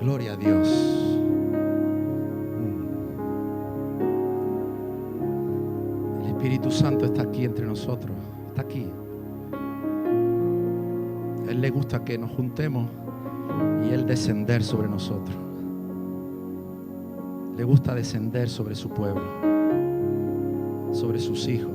Gloria a Dios. El Espíritu Santo está aquí entre nosotros. Está aquí. A Él le gusta que nos juntemos y Él descender sobre nosotros. Le gusta descender sobre su pueblo, sobre sus hijos.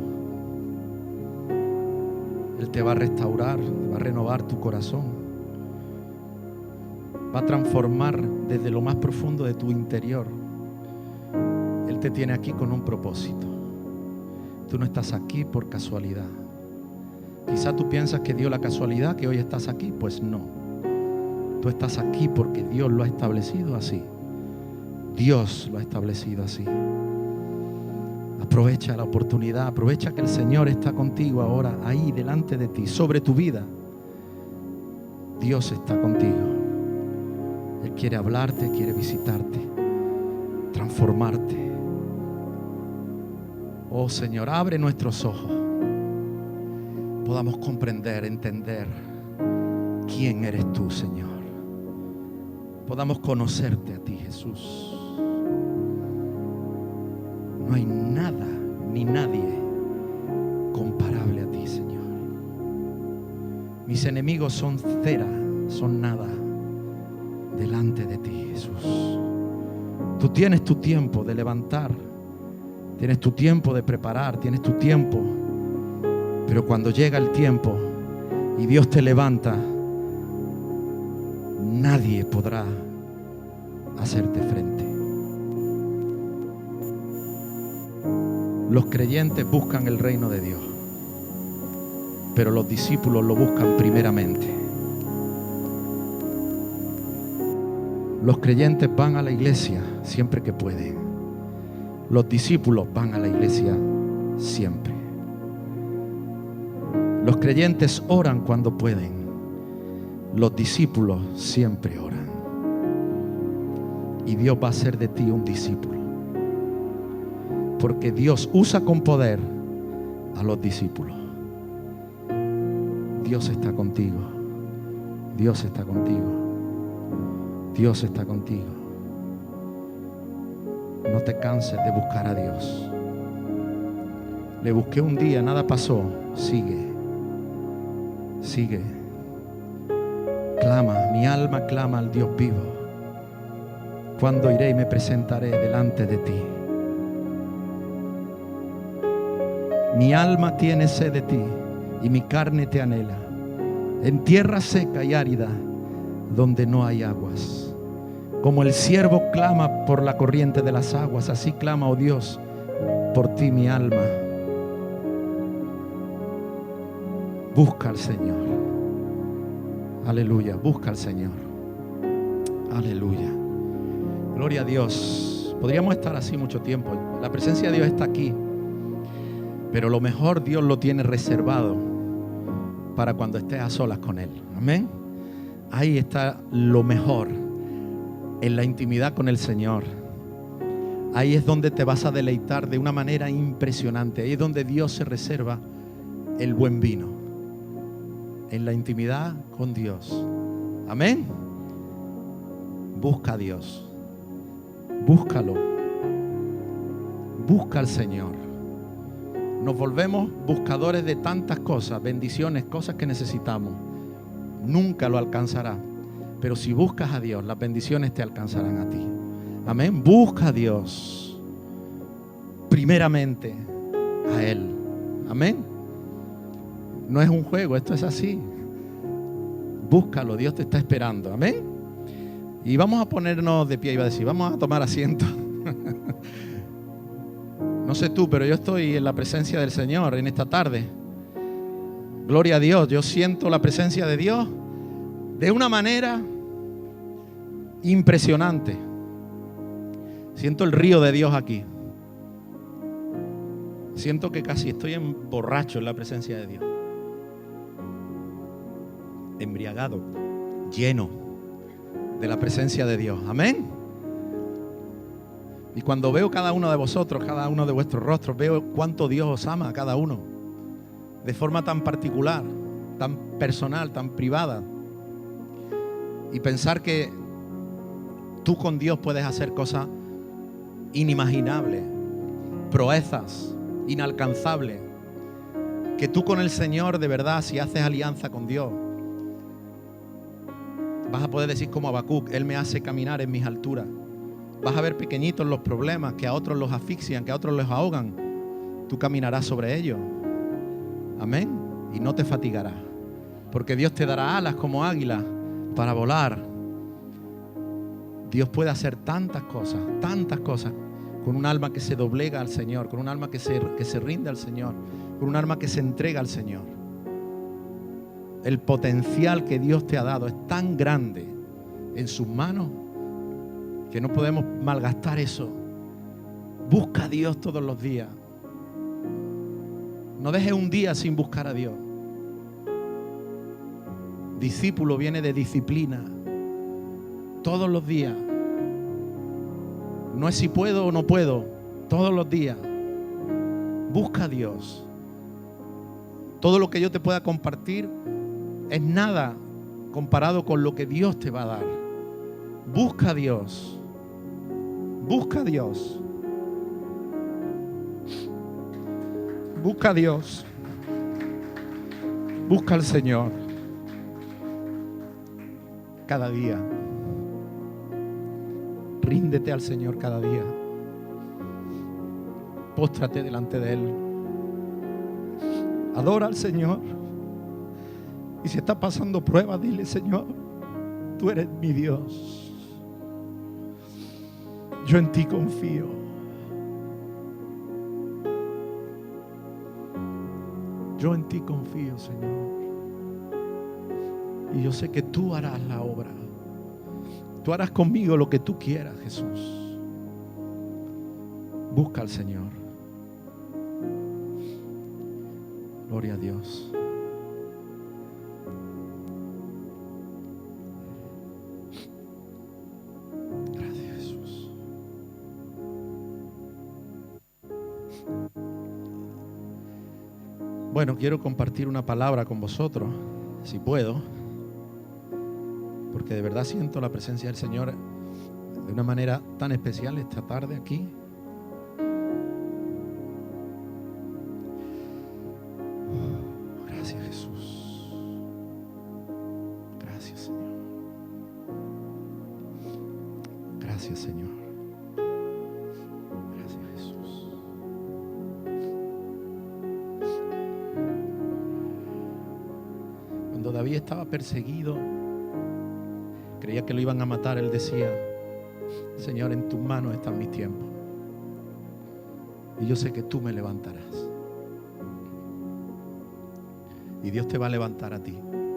Él te va a restaurar, te va a renovar tu corazón. Va a transformar desde lo más profundo de tu interior. Él te tiene aquí con un propósito. Tú no estás aquí por casualidad. Quizá tú piensas que dio la casualidad que hoy estás aquí. Pues no. Tú estás aquí porque Dios lo ha establecido así. Dios lo ha establecido así. Aprovecha la oportunidad. Aprovecha que el Señor está contigo ahora, ahí delante de ti, sobre tu vida. Dios está contigo. Él quiere hablarte, quiere visitarte, transformarte. Oh Señor, abre nuestros ojos. Podamos comprender, entender quién eres tú, Señor. Podamos conocerte a ti, Jesús. No hay nada ni nadie comparable a ti, Señor. Mis enemigos son cera, son nada delante de ti, Jesús. Tú tienes tu tiempo de levantar, tienes tu tiempo de preparar, tienes tu tiempo, pero cuando llega el tiempo y Dios te levanta, nadie podrá hacerte frente. Los creyentes buscan el reino de Dios, pero los discípulos lo buscan primeramente. Los creyentes van a la iglesia siempre que pueden. Los discípulos van a la iglesia siempre. Los creyentes oran cuando pueden. Los discípulos siempre oran. Y Dios va a hacer de ti un discípulo. Porque Dios usa con poder a los discípulos. Dios está contigo. Dios está contigo. Dios está contigo. No te canses de buscar a Dios. Le busqué un día, nada pasó. Sigue. Sigue. Clama, mi alma clama al Dios vivo. ¿Cuándo iré y me presentaré delante de ti? Mi alma tiene sed de ti y mi carne te anhela. En tierra seca y árida, donde no hay aguas. Como el ciervo clama por la corriente de las aguas, así clama, oh Dios, por ti mi alma. Busca al Señor. Aleluya, busca al Señor. Aleluya. Gloria a Dios. Podríamos estar así mucho tiempo. La presencia de Dios está aquí. Pero lo mejor Dios lo tiene reservado para cuando estés a solas con Él. Amén. Ahí está lo mejor, en la intimidad con el Señor. Ahí es donde te vas a deleitar de una manera impresionante. Ahí es donde Dios se reserva el buen vino. En la intimidad con Dios. Amén. Busca a Dios. Búscalo. Busca al Señor. Nos volvemos buscadores de tantas cosas, bendiciones, cosas que necesitamos. Nunca lo alcanzará. Pero si buscas a Dios, las bendiciones te alcanzarán a ti. Amén. Busca a Dios. Primeramente a Él. Amén. No es un juego, esto es así. Búscalo, Dios te está esperando. Amén. Y vamos a ponernos de pie, iba a decir, vamos a tomar asiento. No sé tú, pero yo estoy en la presencia del Señor en esta tarde. Gloria a Dios. Yo siento la presencia de Dios de una manera impresionante. Siento el río de Dios aquí. Siento que casi estoy borracho en la presencia de Dios. Embriagado, lleno de la presencia de Dios. Amén. Y cuando veo cada uno de vosotros, cada uno de vuestros rostros, veo cuánto Dios os ama a cada uno. De forma tan particular, tan personal, tan privada. Y pensar que Tú con Dios puedes hacer cosas inimaginables, proezas, inalcanzables. Que tú con el Señor, de verdad, si haces alianza con Dios, vas a poder decir como Habacuc: Él me hace caminar en mis alturas. Vas a ver pequeñitos los problemas que a otros los asfixian, que a otros los ahogan. Tú caminarás sobre ellos. Amén. Y no te fatigarás. Porque Dios te dará alas como águila para volar. Dios puede hacer tantas cosas con un alma que se doblega al Señor, con un alma que se rinde al Señor, con un alma que se entrega al Señor. El potencial que Dios te ha dado es tan grande en sus manos que no podemos malgastar eso. Busca a Dios todos los días. No dejes un día sin buscar a Dios. Discípulo viene de disciplina. Todos los días. No es si puedo o no puedo. Todos los días. Busca a Dios. Todo lo que yo te pueda compartir es nada comparado con lo que Dios te va a dar. Busca a Dios. Busca a Dios. Busca a Dios. Busca al Señor. Cada día. Ríndete al Señor cada día. Póstrate delante de Él. Adora al Señor. Y si estás pasando pruebas, dile: Señor, tú eres mi Dios. Yo en ti confío. Yo en ti confío, Señor. Y yo sé que tú harás la obra. Tú harás conmigo lo que tú quieras, Jesús. Busca al Señor. Gloria a Dios. Gracias, Jesús. Bueno, quiero compartir una palabra con vosotros, si puedo, porque de verdad siento la presencia del Señor de una manera tan especial esta tarde aquí. Gracias, Jesús. Gracias, Señor. Gracias, Señor. Gracias, Jesús. Cuando David estaba perseguido, creía que lo iban a matar, él decía: Señor, en tus manos están mis tiempos. Y yo sé que tú me levantarás. Y Dios te va a levantar a ti.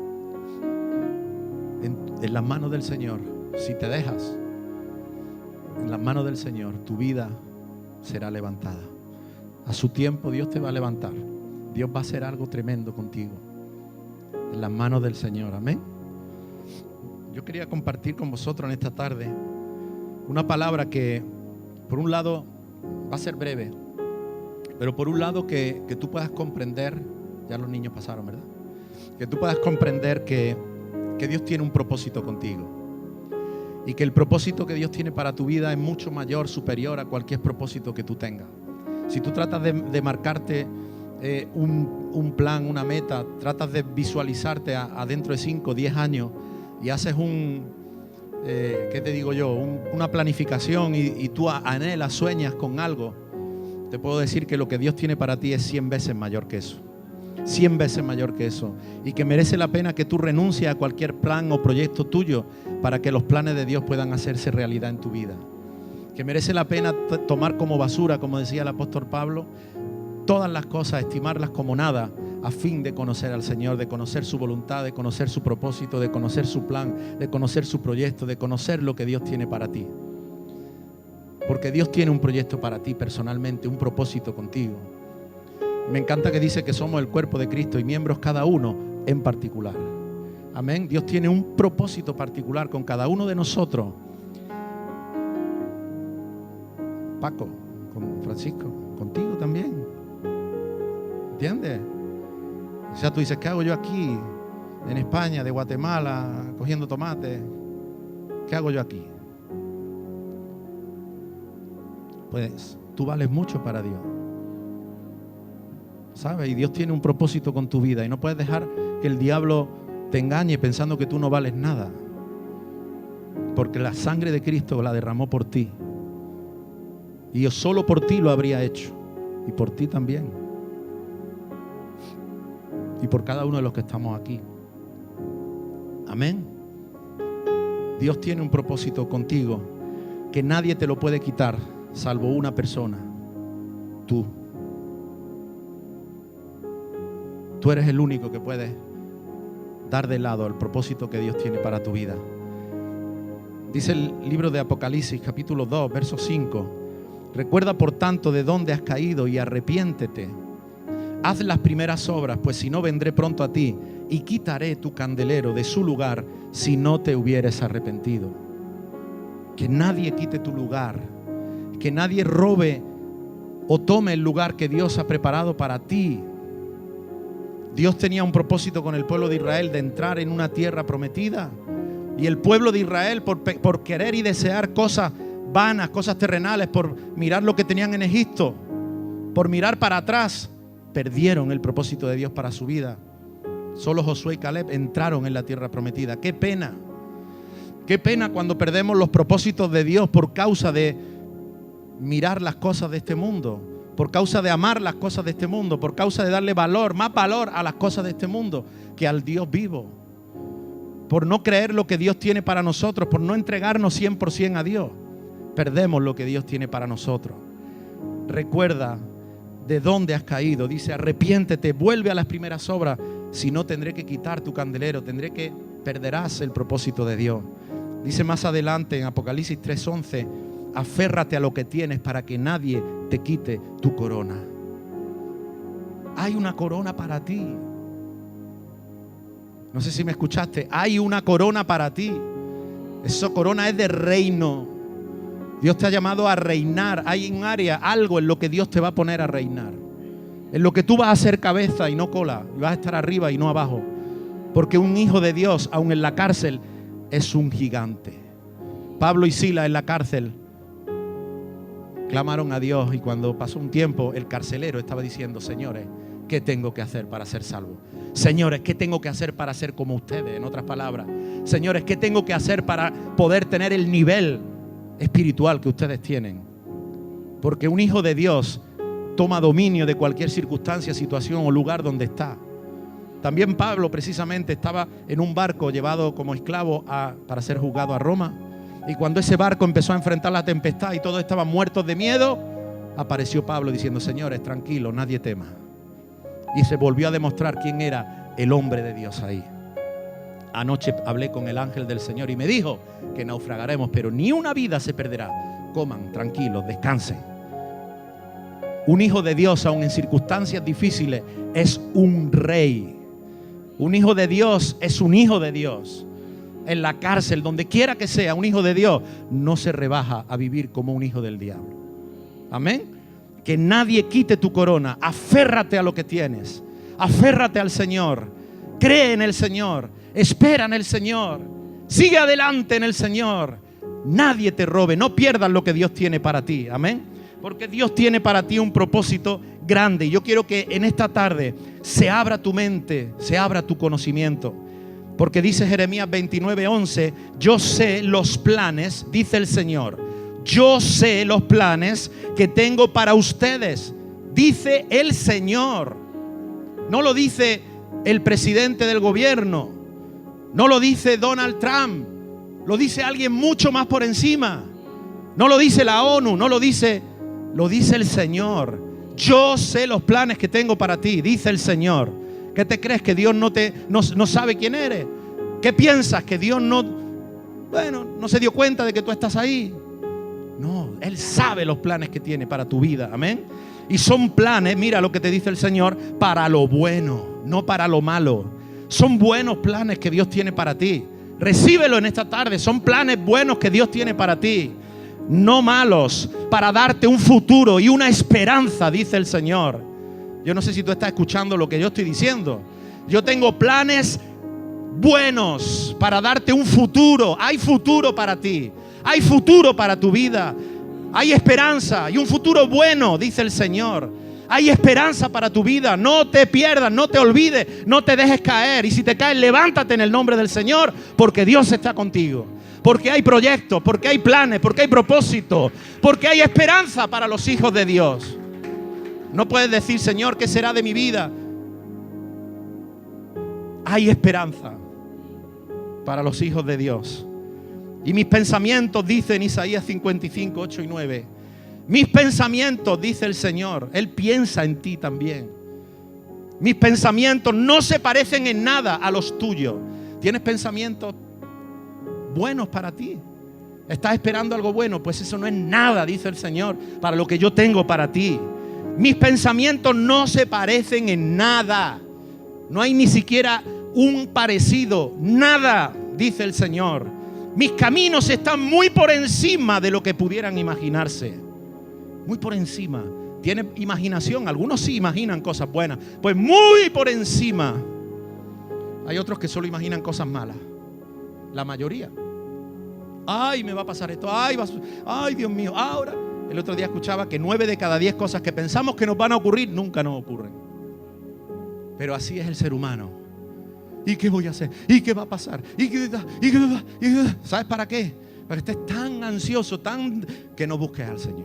En las manos del Señor, si te dejas, en las manos del Señor, tu vida será levantada. A su tiempo Dios te va a levantar. Dios va a hacer algo tremendo contigo. En las manos del Señor, amén. Yo quería compartir con vosotros en esta tarde una palabra que, por un lado, va a ser breve, pero por un lado que tú puedas comprender. Ya los niños pasaron, ¿verdad? Que tú puedas comprender que Dios tiene un propósito contigo. Y que el propósito que Dios tiene para tu vida es mucho mayor, superior a cualquier propósito que tú tengas. Si tú tratas de marcarte un plan, una meta, tratas de visualizarte a dentro de 5 o 10 años y haces ¿qué te digo yo? Una planificación y tú anhelas, sueñas con algo, te puedo decir que lo que Dios tiene para ti es 100 veces mayor que eso. 100 veces mayor que eso. Y que merece la pena que tú renuncies a cualquier plan o proyecto tuyo para que los planes de Dios puedan hacerse realidad en tu vida. Que merece la pena tomar como basura, como decía el apóstol Pablo, todas las cosas, estimarlas como nada, a fin de conocer al Señor, de conocer su voluntad, de conocer su propósito, de conocer su plan, de conocer su proyecto, de conocer lo que Dios tiene para ti. Porque Dios tiene un proyecto para ti personalmente, un propósito contigo. Me encanta que dice que somos el cuerpo de Cristo y miembros cada uno en particular. Amén. Dios tiene un propósito particular con cada uno de nosotros. Paco, con Francisco, contigo también. ¿Entiendes? O sea, tú dices: ¿qué hago yo aquí en España, de Guatemala, cogiendo tomate? ¿Qué hago yo aquí? pues tú vales mucho para Dios. ¿Sabes? Y Dios tiene un propósito con tu vida y no puedes dejar que el diablo te engañe pensando que tú no vales nada. Porque la sangre de Cristo la derramó por ti. Y yo solo por ti lo habría hecho. Y por ti también. Y por cada uno de los que estamos aquí. Amén. Dios tiene un propósito contigo que nadie te lo puede quitar, salvo una persona: tú. Tú eres el único que puede dar de lado el propósito que Dios tiene para tu vida. Dice el libro de Apocalipsis, capítulo 2, verso 5: recuerda por tanto de dónde has caído y arrepiéntete. Haz las primeras obras, pues si no vendré pronto a ti y quitaré tu candelero de su lugar si no te hubieres arrepentido. Que nadie quite tu lugar, que nadie robe o tome el lugar que Dios ha preparado para ti. Dios tenía un propósito con el pueblo de Israel de entrar en una tierra prometida. Y el pueblo de Israel, por querer y desear cosas vanas, cosas terrenales, por mirar lo que tenían en Egipto, por mirar para atrás, perdieron el propósito de Dios para su vida. Solo Josué y Caleb entraron en la tierra prometida. ¡Qué pena! ¡Qué pena cuando perdemos los propósitos de Dios por causa de mirar las cosas de este mundo! Por causa de amar las cosas de este mundo, por causa de darle valor, más valor a las cosas de este mundo que al Dios vivo. Por no creer lo que Dios tiene para nosotros, por no entregarnos 100% a Dios, perdemos lo que Dios tiene para nosotros. Recuerda de dónde has caído. Dice: arrepiéntete, vuelve a las primeras obras. Si no, tendré que quitar tu candelero, perderás el propósito de Dios. Dice más adelante en Apocalipsis 3:11: aférrate a lo que tienes para que nadie te quite tu corona. Hay una corona para ti. No sé si me escuchaste. Hay una corona para ti. Esa corona es de reino. Dios te ha llamado a reinar. Hay un área, algo en lo que Dios te va a poner a reinar. En lo que tú vas a ser cabeza y no cola. Y vas a estar arriba y no abajo. Porque un hijo de Dios, aun en la cárcel, es un gigante. Pablo y Silas en la cárcel clamaron a Dios, y cuando pasó un tiempo, el carcelero estaba diciendo: señores, ¿qué tengo que hacer para ser salvo? Señores, ¿qué tengo que hacer para ser como ustedes? En otras palabras, señores, ¿qué tengo que hacer para poder tener el nivel espiritual que ustedes tienen? Porque un hijo de Dios toma dominio de cualquier circunstancia, situación o lugar donde está. También Pablo precisamente estaba en un barco llevado como esclavo para ser juzgado a Roma. Y cuando ese barco empezó a enfrentar la tempestad y todos estaban muertos de miedo, apareció Pablo diciendo: señores, tranquilos, nadie tema. Y se volvió a demostrar quién era el hombre de Dios ahí. Anoche hablé con el ángel del Señor y me dijo que naufragaremos, pero ni una vida se perderá. Coman, tranquilos, descansen. Un hijo de Dios, aun en circunstancias difíciles, es un rey. Un hijo de Dios es un hijo de Dios. En la cárcel, donde quiera que sea, un hijo de Dios no se rebaja a vivir como un hijo del diablo. Amén. Que nadie quite tu corona. Aférrate a lo que tienes. Aférrate al Señor. Cree en el Señor. Espera en el Señor. Sigue adelante en el Señor. Nadie te robe. No pierdas lo que Dios tiene para ti. Amén. Porque Dios tiene para ti un propósito grande. Y yo quiero que en esta tarde se abra tu mente, se abra tu conocimiento. Porque dice Jeremías 29:11: yo sé los planes, dice el Señor, yo sé los planes que tengo para ustedes, dice el Señor. No lo dice el presidente del gobierno, no lo dice Donald Trump, lo dice alguien mucho más por encima. No lo dice la ONU, lo dice el Señor. Yo sé los planes que tengo para ti, dice el Señor. ¿Qué te crees? ¿Que Dios no sabe quién eres? ¿Qué piensas? ¿Que Dios no se dio cuenta de que tú estás ahí? No, Él sabe los planes que tiene para tu vida. Amén. Y son planes, mira lo que te dice el Señor, para lo bueno, no para lo malo. Son buenos planes que Dios tiene para ti. Recíbelo en esta tarde. Son planes buenos que Dios tiene para ti, no malos, para darte un futuro y una esperanza, dice el Señor. Yo no sé si tú estás escuchando lo que yo estoy diciendo. Yo tengo planes buenos para darte un futuro. Hay futuro para ti. Hay futuro para tu vida. Hay esperanza y un futuro bueno, dice el Señor. Hay esperanza para tu vida. No te pierdas, no te olvides, no te dejes caer. Y si te caes, levántate en el nombre del Señor, porque Dios está contigo. Porque hay proyectos, porque hay planes, porque hay propósitos, porque hay esperanza para los hijos de Dios. No puedes decir, Señor, ¿qué será de mi vida? Hay esperanza para los hijos de Dios. Y mis pensamientos, dice en Isaías 55, 8 y 9. Mis pensamientos, dice el Señor, Él piensa en ti también. Mis pensamientos no se parecen en nada a los tuyos. ¿Tienes pensamientos buenos para ti? ¿Estás esperando algo bueno? Pues eso no es nada, dice el Señor, para lo que yo tengo para ti. Mis pensamientos no se parecen en nada. No hay ni siquiera un parecido, nada, dice el Señor. Mis caminos están muy por encima de lo que pudieran imaginarse. Muy por encima. ¿Tiene imaginación? Algunos sí imaginan cosas buenas. Pues muy por encima. Hay otros que solo imaginan cosas malas. La mayoría. Ay, me va a pasar esto. Ay, Dios mío. Ahora, el otro día escuchaba que 9 de cada 10 cosas que pensamos que nos van a ocurrir, nunca nos ocurren. Pero así es el ser humano. ¿Y qué voy a hacer? ¿Y qué va a pasar? ¿Sabes para qué? Para que estés tan ansioso, que no busques al Señor.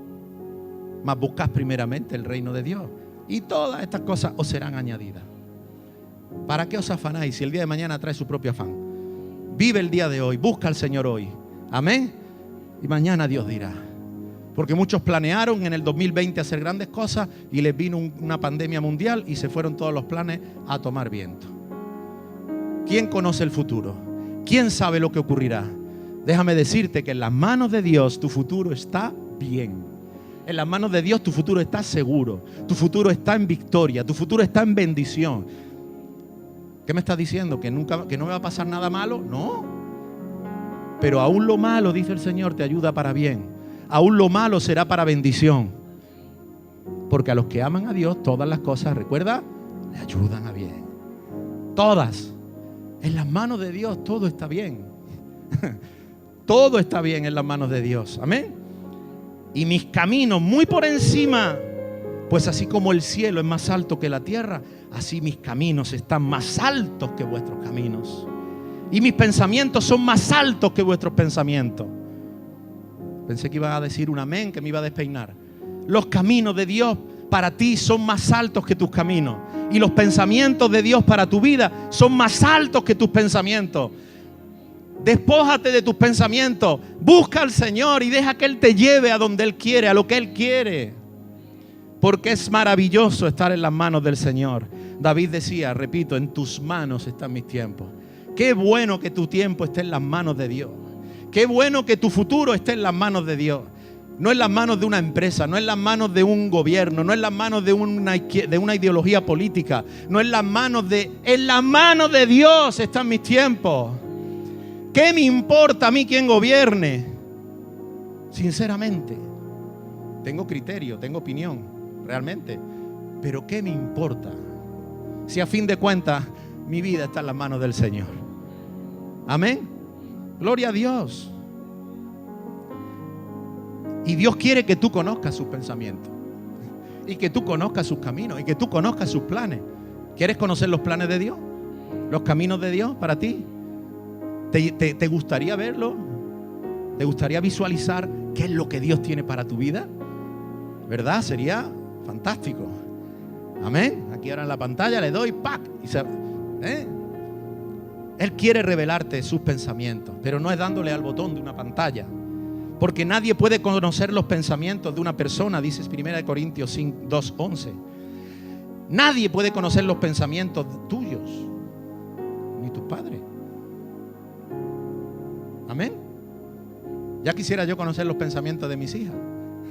Mas buscad primeramente el reino de Dios, y todas estas cosas os serán añadidas. ¿Para qué os afanáis si el día de mañana trae su propio afán? Vive el día de hoy, busca al Señor hoy. Amén. Y mañana Dios dirá. Porque muchos planearon en el 2020 hacer grandes cosas y les vino una pandemia mundial y se fueron todos los planes a tomar viento. ¿Quién conoce el futuro? ¿Quién sabe lo que ocurrirá? Déjame decirte que en las manos de Dios tu futuro está bien. En las manos de Dios tu futuro está seguro. Tu futuro está en victoria. Tu futuro está en bendición. ¿Qué me estás diciendo? ¿Que no me va a pasar nada malo? No. Pero aún lo malo, dice el Señor, te ayuda para bien. Aún lo malo será para bendición. Porque a los que aman a Dios, todas las cosas, recuerda, le ayudan a bien. Todas. En las manos de Dios todo está bien. Todo está bien en las manos de Dios. Amén. Y mis caminos muy por encima, pues así como el cielo es más alto que la tierra, así mis caminos están más altos que vuestros caminos. Y mis pensamientos son más altos que vuestros pensamientos. Pensé que iba a decir un amén, que me iba a despeinar. Los caminos de Dios para ti son más altos que tus caminos. Y los pensamientos de Dios para tu vida son más altos que tus pensamientos. Despójate de tus pensamientos. Busca al Señor y deja que Él te lleve a donde Él quiere, a lo que Él quiere. Porque es maravilloso estar en las manos del Señor. David decía, repito, en tus manos están mis tiempos. Qué bueno que tu tiempo esté en las manos de Dios. Qué bueno que tu futuro esté en las manos de Dios. No en las manos de una empresa, no en las manos de un gobierno, no en las manos de una ideología política, no en las manos de Dios están mis tiempos. ¿Qué me importa a mí quién gobierne? Sinceramente, tengo criterio, tengo opinión, realmente. Pero ¿qué me importa? Si a fin de cuentas mi vida está en las manos del Señor. Amén. Gloria a Dios. Y Dios quiere que tú conozcas sus pensamientos. Y que tú conozcas sus caminos. Y que tú conozcas sus planes. ¿Quieres conocer los planes de Dios? ¿Los caminos de Dios para ti? ¿Te gustaría verlo? ¿Te gustaría visualizar qué es lo que Dios tiene para tu vida? ¿Verdad? Sería fantástico. Amén. Aquí ahora en la pantalla le doy ¡pac! Él quiere revelarte sus pensamientos, pero no es dándole al botón de una pantalla. Porque nadie puede conocer los pensamientos de una persona, dice 1 Corintios 2:11. Nadie puede conocer los pensamientos tuyos, ni tu padre. Amén. Ya quisiera yo conocer los pensamientos de mis hijas.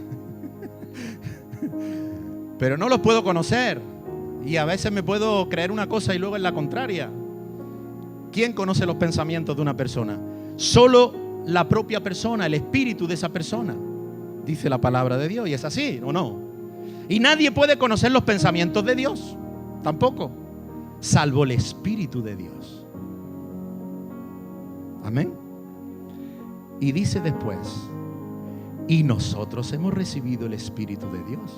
Pero no los puedo conocer. Y a veces me puedo creer una cosa y luego es la contraria. ¿Quién conoce los pensamientos de una persona? Solo la propia persona, el espíritu de esa persona, dice la palabra de Dios. Y es así, ¿o no? Y nadie puede conocer los pensamientos de Dios, tampoco, salvo el Espíritu de Dios. Amén. Y dice después, y nosotros hemos recibido el Espíritu de Dios.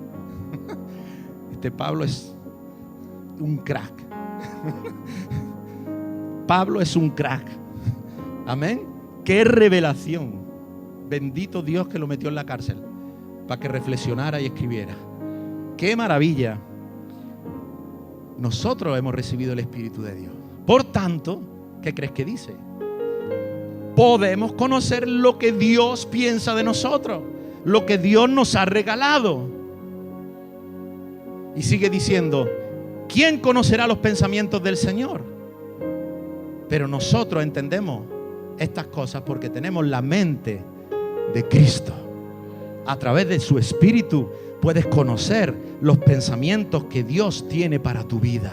Este Pablo es un crack. Pablo es un crack. Amén. Qué revelación. Bendito Dios que lo metió en la cárcel para que reflexionara y escribiera. Qué maravilla. Nosotros hemos recibido el Espíritu de Dios. Por tanto, ¿qué crees que dice? Podemos conocer lo que Dios piensa de nosotros, lo que Dios nos ha regalado. Y sigue diciendo, ¿quién conocerá los pensamientos del Señor? Pero nosotros entendemos estas cosas porque tenemos la mente de Cristo. A través de su Espíritu puedes conocer los pensamientos que Dios tiene para tu vida.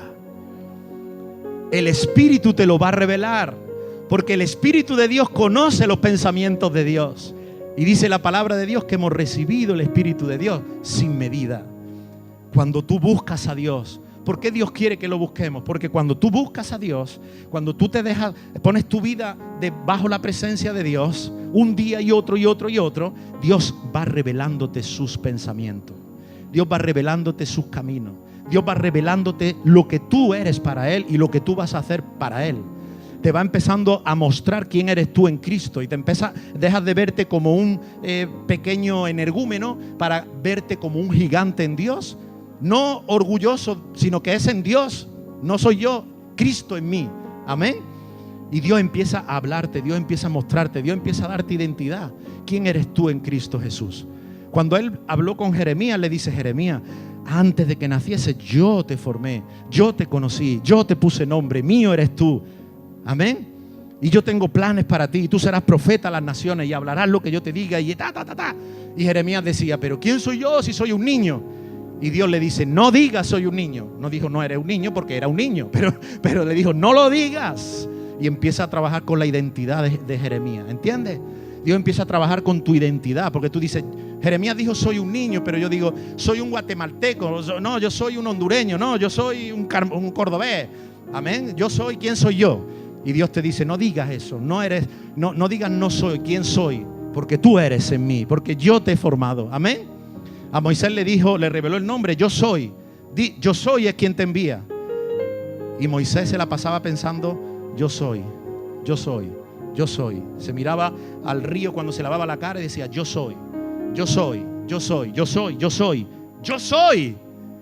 El Espíritu te lo va a revelar, porque el Espíritu de Dios conoce los pensamientos de Dios. Y dice la palabra de Dios que hemos recibido el Espíritu de Dios sin medida. Cuando tú buscas a Dios, ¿por qué Dios quiere que lo busquemos? Porque cuando tú buscas a Dios, cuando tú te dejas, pones tu vida bajo la presencia de Dios, un día y otro y otro y otro, Dios va revelándote sus pensamientos. Dios va revelándote sus caminos. Dios va revelándote lo que tú eres para Él y lo que tú vas a hacer para Él. Te va empezando a mostrar quién eres tú en Cristo y dejas de verte como un pequeño energúmeno para verte como un gigante en Dios. No orgulloso, sino que es en Dios. No soy yo, Cristo en mí. Amén. Y Dios empieza a hablarte, Dios empieza a mostrarte, Dios empieza a darte identidad. ¿Quién eres tú en Cristo Jesús? Cuando Él habló con Jeremías, le dice: Jeremías, antes de que naciese yo te formé, yo te conocí, yo te puse nombre, mío eres tú. Amén. Y yo tengo planes para ti, y tú serás profeta a las naciones y hablarás lo que yo te diga y Y Jeremías decía: pero ¿quién soy yo si soy un niño? Y Dios le dice: no digas soy un niño. No dijo no eres un niño porque era un niño, pero le dijo no lo digas. Y empieza a trabajar con la identidad de Jeremías. ¿Entiendes? Dios empieza a trabajar con tu identidad, porque tú dices: Jeremías dijo soy un niño, pero yo digo soy un guatemalteco, no, yo soy un hondureño, no, yo soy un cordobés. Amén. Yo soy, ¿quién soy yo? Y Dios te dice: no digas eso, no digas no soy, ¿quién soy? Porque tú eres en mí, porque yo te he formado. Amén. A Moisés le reveló el nombre: yo soy. Yo soy es quien te envía. Y Moisés se la pasaba pensando: yo soy, yo soy, yo soy. Se miraba al río cuando se lavaba la cara y decía: yo soy, yo soy, yo soy, yo soy, yo soy, yo soy.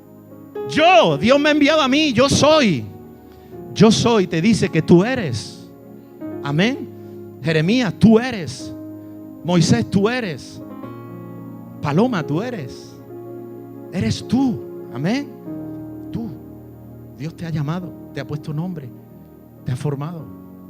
Yo, Dios me ha enviado a mí, yo soy. Yo soy, te dice que tú eres. Amén. Jeremías, tú eres. Moisés, tú eres. Paloma, tú eres. Eres tú. Amén. Tú. Dios te ha llamado, te ha puesto nombre, te ha formado.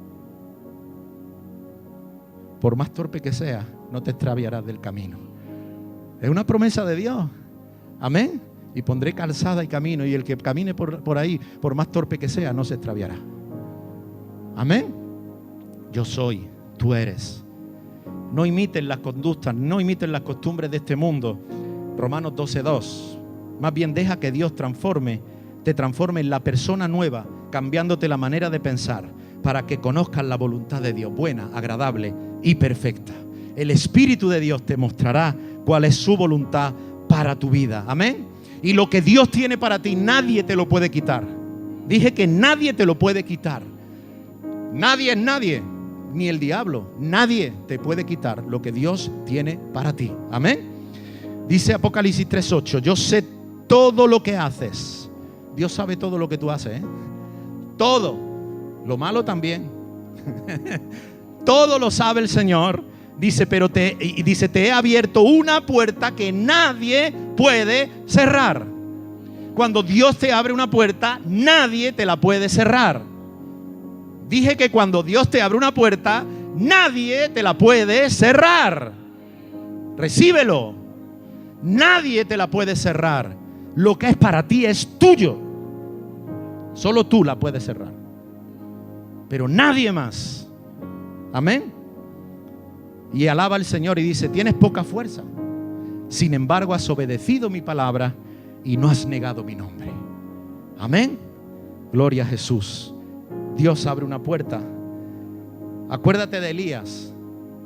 Por más torpe que seas, no te extraviarás del camino. Es una promesa de Dios. Amén. Y pondré calzada y camino, y el que camine por ahí, por más torpe que sea, no se extraviará. Amén. Yo soy, tú eres. No imiten las conductas, no imiten las costumbres de este mundo. Romanos 12:2. Más bien deja que Dios te transforme en la persona nueva, cambiándote la manera de pensar, para que conozcas la voluntad de Dios, buena, agradable y perfecta. El Espíritu de Dios te mostrará cuál es su voluntad para tu vida. Amén. Y lo que Dios tiene para ti, nadie te lo puede quitar. Dije que nadie te lo puede quitar. Nadie es nadie, ni el diablo. Nadie te puede quitar lo que Dios tiene para ti. Amén. Dice Apocalipsis 3:8: yo sé todo lo que haces. Dios sabe todo lo que tú haces, ¿eh? Todo. Lo malo también. Todo lo sabe el Señor. Dice, te he abierto una puerta que nadie puede cerrar. Cuando Dios te abre una puerta, nadie te la puede cerrar. Dije que cuando Dios te abre una puerta, nadie te la puede cerrar. Recíbelo. Nadie te la puede cerrar. Lo que es para ti es tuyo. Solo tú la puedes cerrar, pero nadie más. Amén. Y alaba al Señor y dice: tienes poca fuerza, sin embargo has obedecido mi palabra y no has negado mi nombre. Amén. Gloria a Jesús. Dios abre una puerta. Acuérdate de Elías.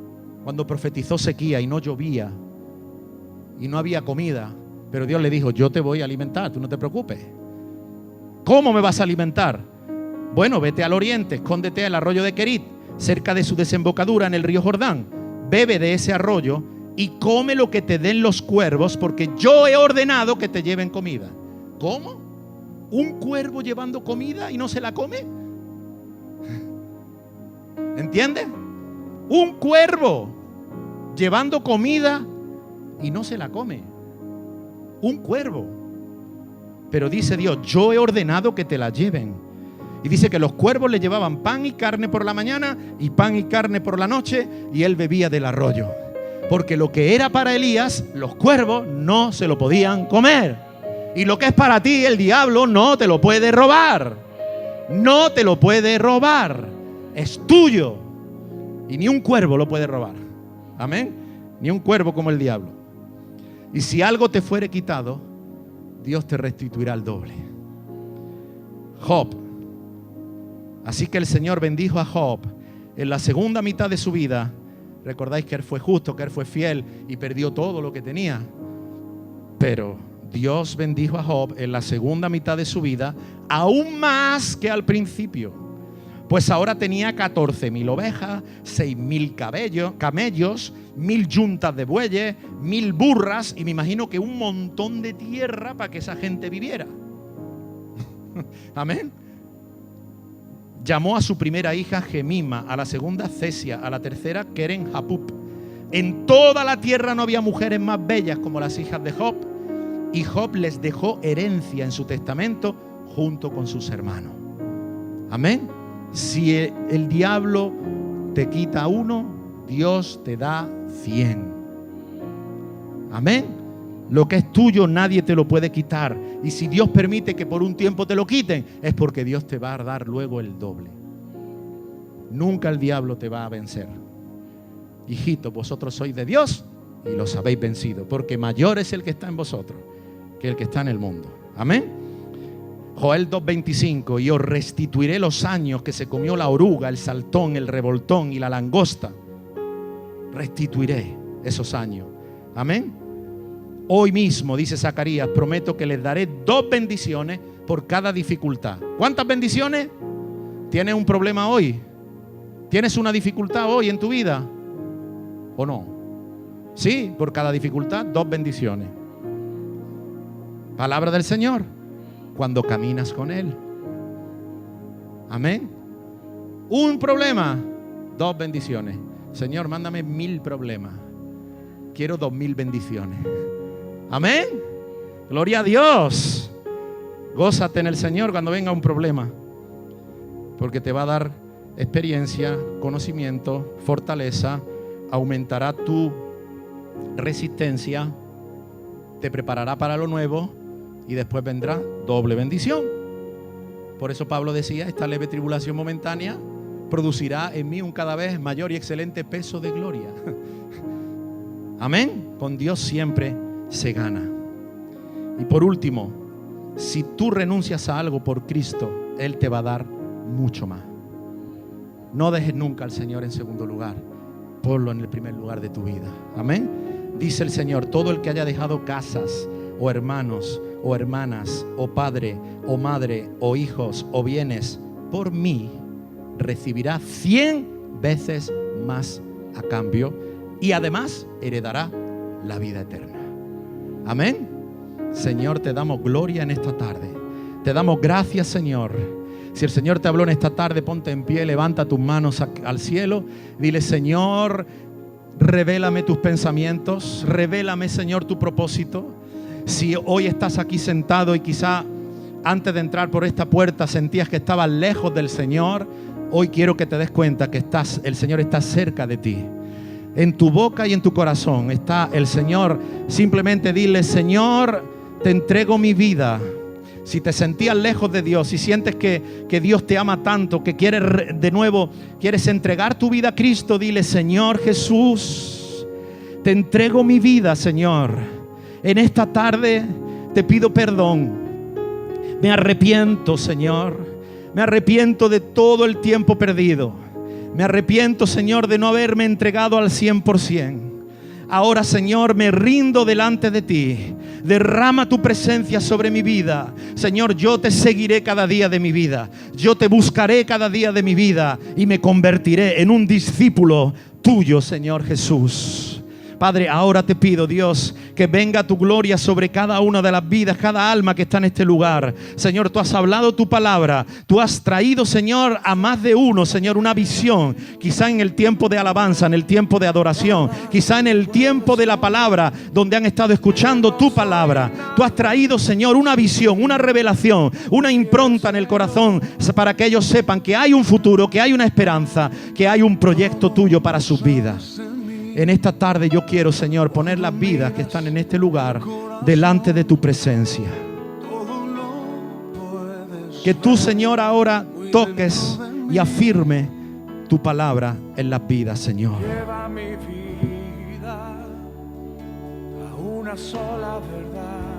cuando profetizó sequía y no llovía y no había comida, pero Dios le dijo: yo te voy a alimentar, tú no te preocupes. ¿Cómo me vas a alimentar? Bueno, vete al oriente, escóndete al arroyo de Querit, cerca de su desembocadura en el río Jordán. Bebe de ese arroyo y come lo que te den los cuervos, porque yo he ordenado que te lleven comida. ¿Cómo? ¿Un cuervo llevando comida y no se la come? ¿Entiendes? Un cuervo llevando comida y no se la come. Un cuervo. Pero dice Dios: yo he ordenado que te la lleven. Y dice que los cuervos le llevaban pan y carne por la mañana y pan y carne por la noche, y él bebía del arroyo. Porque lo que era para Elías, los cuervos no se lo podían comer. Y lo que es para ti, el diablo no te lo puede robar. No te lo puede robar. Es tuyo. Y ni un cuervo lo puede robar. Amén. Ni un cuervo como el diablo. Y si algo te fuere quitado, Dios te restituirá el doble. Job. Así que el Señor bendijo a Job en la segunda mitad de su vida. Recordáis que él fue justo, que él fue fiel y perdió todo lo que tenía. Pero Dios bendijo a Job en la segunda mitad de su vida, aún más que al principio. Pues ahora tenía 14.000 ovejas, 6.000 camellos, 1.000 yuntas de bueyes, 1.000 burras, y me imagino que un montón de tierra para que esa gente viviera. Amén. Llamó a su primera hija Gemima, a la segunda Cesia, a la tercera Keren Hapup. En toda la tierra no había mujeres más bellas como las hijas de Job, y Job les dejó herencia en su testamento junto con sus hermanos. Amén. Si el diablo te quita uno, Dios te da 100. Amén. Lo que es tuyo nadie te lo puede quitar. Y si Dios permite que por un tiempo te lo quiten, es porque Dios te va a dar luego el doble. Nunca el diablo te va a vencer. Hijitos, vosotros sois de Dios y los habéis vencido, porque mayor es el que está en vosotros que el que está en el mundo. Amén. Joel 2:25: y os restituiré los años que se comió la oruga, el saltón, el revoltón y la langosta. Restituiré esos años. Amén. Hoy mismo, dice Zacarías, prometo que les daré 2 bendiciones por cada dificultad. ¿Cuántas bendiciones? ¿Tienes un problema hoy? ¿Tienes una dificultad hoy en tu vida? ¿O no? Sí, por cada dificultad, 2 bendiciones. Palabra del Señor. Cuando caminas con Él. Amén. Un problema, 2 bendiciones. Señor, mándame 1000 problemas. Quiero 2000 bendiciones. Amén. Gloria a Dios. Gózate en el Señor cuando venga un problema, porque te va a dar experiencia, conocimiento, fortaleza, aumentará tu resistencia, te preparará para lo nuevo y después vendrá doble bendición. Por eso Pablo decía: esta leve tribulación momentánea producirá en mí un cada vez mayor y excelente peso de gloria. Amén. Con Dios siempre se gana. Y por último, si tú renuncias a algo por Cristo, Él te va a dar mucho más. No dejes nunca al Señor en segundo lugar. Ponlo en el primer lugar de tu vida. Amén. Dice el Señor: todo el que haya dejado casas, o hermanos, o hermanas, o padre, o madre, o hijos, o bienes, por mí, recibirá 100 veces más a cambio, y además heredará la vida eterna. Amén. Señor, te damos gloria en esta tarde. Te damos gracias, Señor. Si el Señor te habló en esta tarde, ponte en pie, levanta tus manos al cielo. Dile: Señor, revélame tus pensamientos. Revélame, Señor, tu propósito. Si hoy estás aquí sentado y quizá antes de entrar por esta puerta sentías que estabas lejos del Señor, hoy quiero que te des cuenta que el Señor está cerca de ti. En tu boca y en tu corazón está el Señor. Simplemente dile: Señor, te entrego mi vida. Si te sentías lejos de Dios, si sientes que Dios te ama tanto, que quieres de nuevo, quieres entregar tu vida a Cristo, dile: Señor Jesús, te entrego mi vida, Señor. En esta tarde te pido perdón. Me arrepiento, Señor. Me arrepiento de todo el tiempo perdido. Me arrepiento, Señor, de no haberme entregado al 100%. Ahora, Señor, me rindo delante de ti. Derrama tu presencia sobre mi vida. Señor, yo te seguiré cada día de mi vida. Yo te buscaré cada día de mi vida y me convertiré en un discípulo tuyo, Señor Jesús. Padre, ahora te pido, Dios, que venga tu gloria sobre cada una de las vidas, cada alma que está en este lugar. Señor, tú has hablado tu palabra. Tú has traído, Señor, a más de uno, Señor, una visión. Quizá en el tiempo de alabanza, en el tiempo de adoración. Quizá en el tiempo de la palabra, donde han estado escuchando tu palabra. Tú has traído, Señor, una visión, una revelación, una impronta en el corazón para que ellos sepan que hay un futuro, que hay una esperanza, que hay un proyecto tuyo para sus vidas. En esta tarde yo quiero, Señor, poner las vidas que están en este lugar delante de tu presencia. Que tú, Señor, ahora toques y afirme tu palabra en las vidas, Señor. Lleva mi vida a una sola verdad,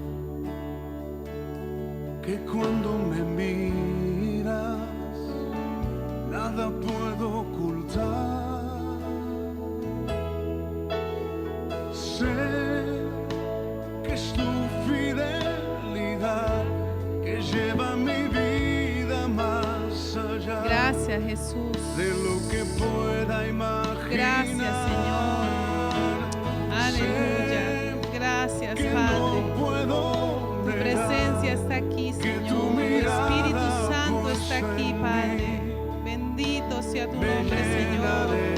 que cuando me miras nada puedo ocultar. Sé que es tu fidelidad que lleva mi vida más allá. Gracias, Jesús. De lo que pueda imaginar. Gracias, Señor. Aleluya. Gracias, Padre. Tu presencia está aquí, Señor. Tu Espíritu Santo está aquí, Padre. Bendito sea tu nombre, Señor.